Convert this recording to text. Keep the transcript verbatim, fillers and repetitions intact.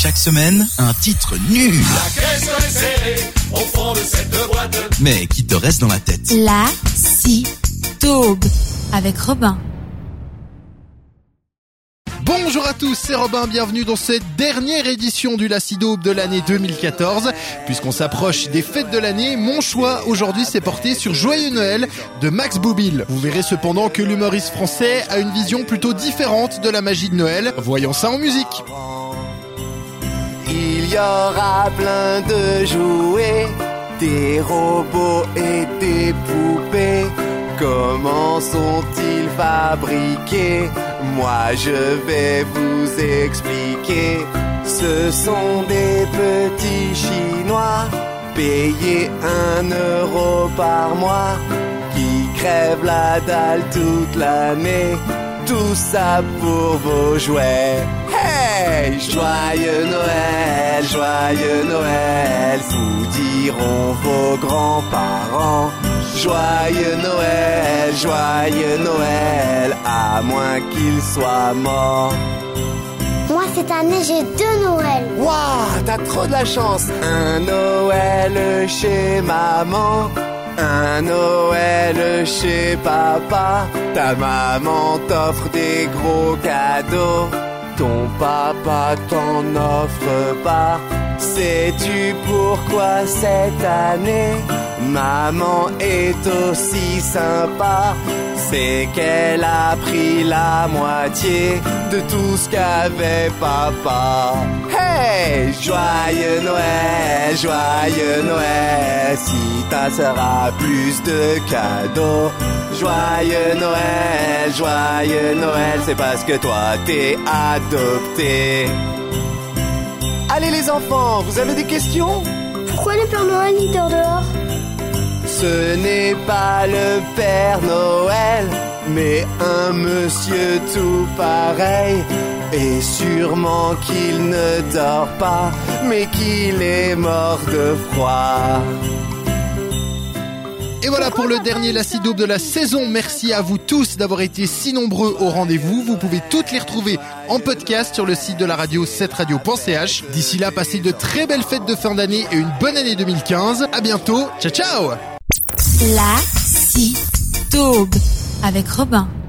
Chaque semaine, un titre nul. La caisse est serrée au fond de cette boîte. Mais qui te reste dans la tête. La si taube avec Robin. Bonjour à tous, c'est Robin, bienvenue dans cette dernière édition du Lacidaube de l'année deux mille quatorze. Puisqu'on s'approche des fêtes de l'année, mon choix aujourd'hui s'est porté sur Joyeux Noël de Max Boublil. Vous verrez cependant que l'humoriste français a une vision plutôt différente de la magie de Noël. Voyons ça en musique. Il y aura plein de jouets, des robots et des poupées. Comment sont-ils fabriqués? Moi je vais vous expliquer. Ce sont des petits Chinois, payés un euro par mois, qui crèvent la dalle toute l'année. Tout ça pour vos jouets. Hey! Joyeux Noël, joyeux Noël, vous diront vos grands-parents. Joyeux Noël, joyeux Noël, à moins qu'ils soient morts. Moi cette année j'ai deux Noëls. Waouh, t'as trop de la chance. Un Noël chez maman, un Noël chez papa. Ta maman t'offre des gros cadeaux, ton papa t'en offre pas. Sais-tu pourquoi cette année maman est aussi sympa? C'est qu'elle a pris la moitié de tout ce qu'avait papa. Hey! Joyeux Noël, joyeux Noël, si ta sœur a plus de cadeaux. Joyeux Noël, joyeux Noël, c'est parce que toi t'es adopté. Allez les enfants, vous avez des questions? Pourquoi le Père Noël il dort dehors? Ce n'est pas le Père Noël, mais un monsieur tout pareil. Et sûrement qu'il ne dort pas, mais qu'il est mort de froid. Et voilà pour le dernier Lacidaube de la saison. Merci à vous tous d'avoir été si nombreux au rendez-vous. Vous pouvez toutes les retrouver en podcast sur le site de la radio sept radio point c h. D'ici là, passez de très belles fêtes de fin d'année et une bonne année deux mille quinze. À bientôt. Ciao, ciao! La si taube avec Robin.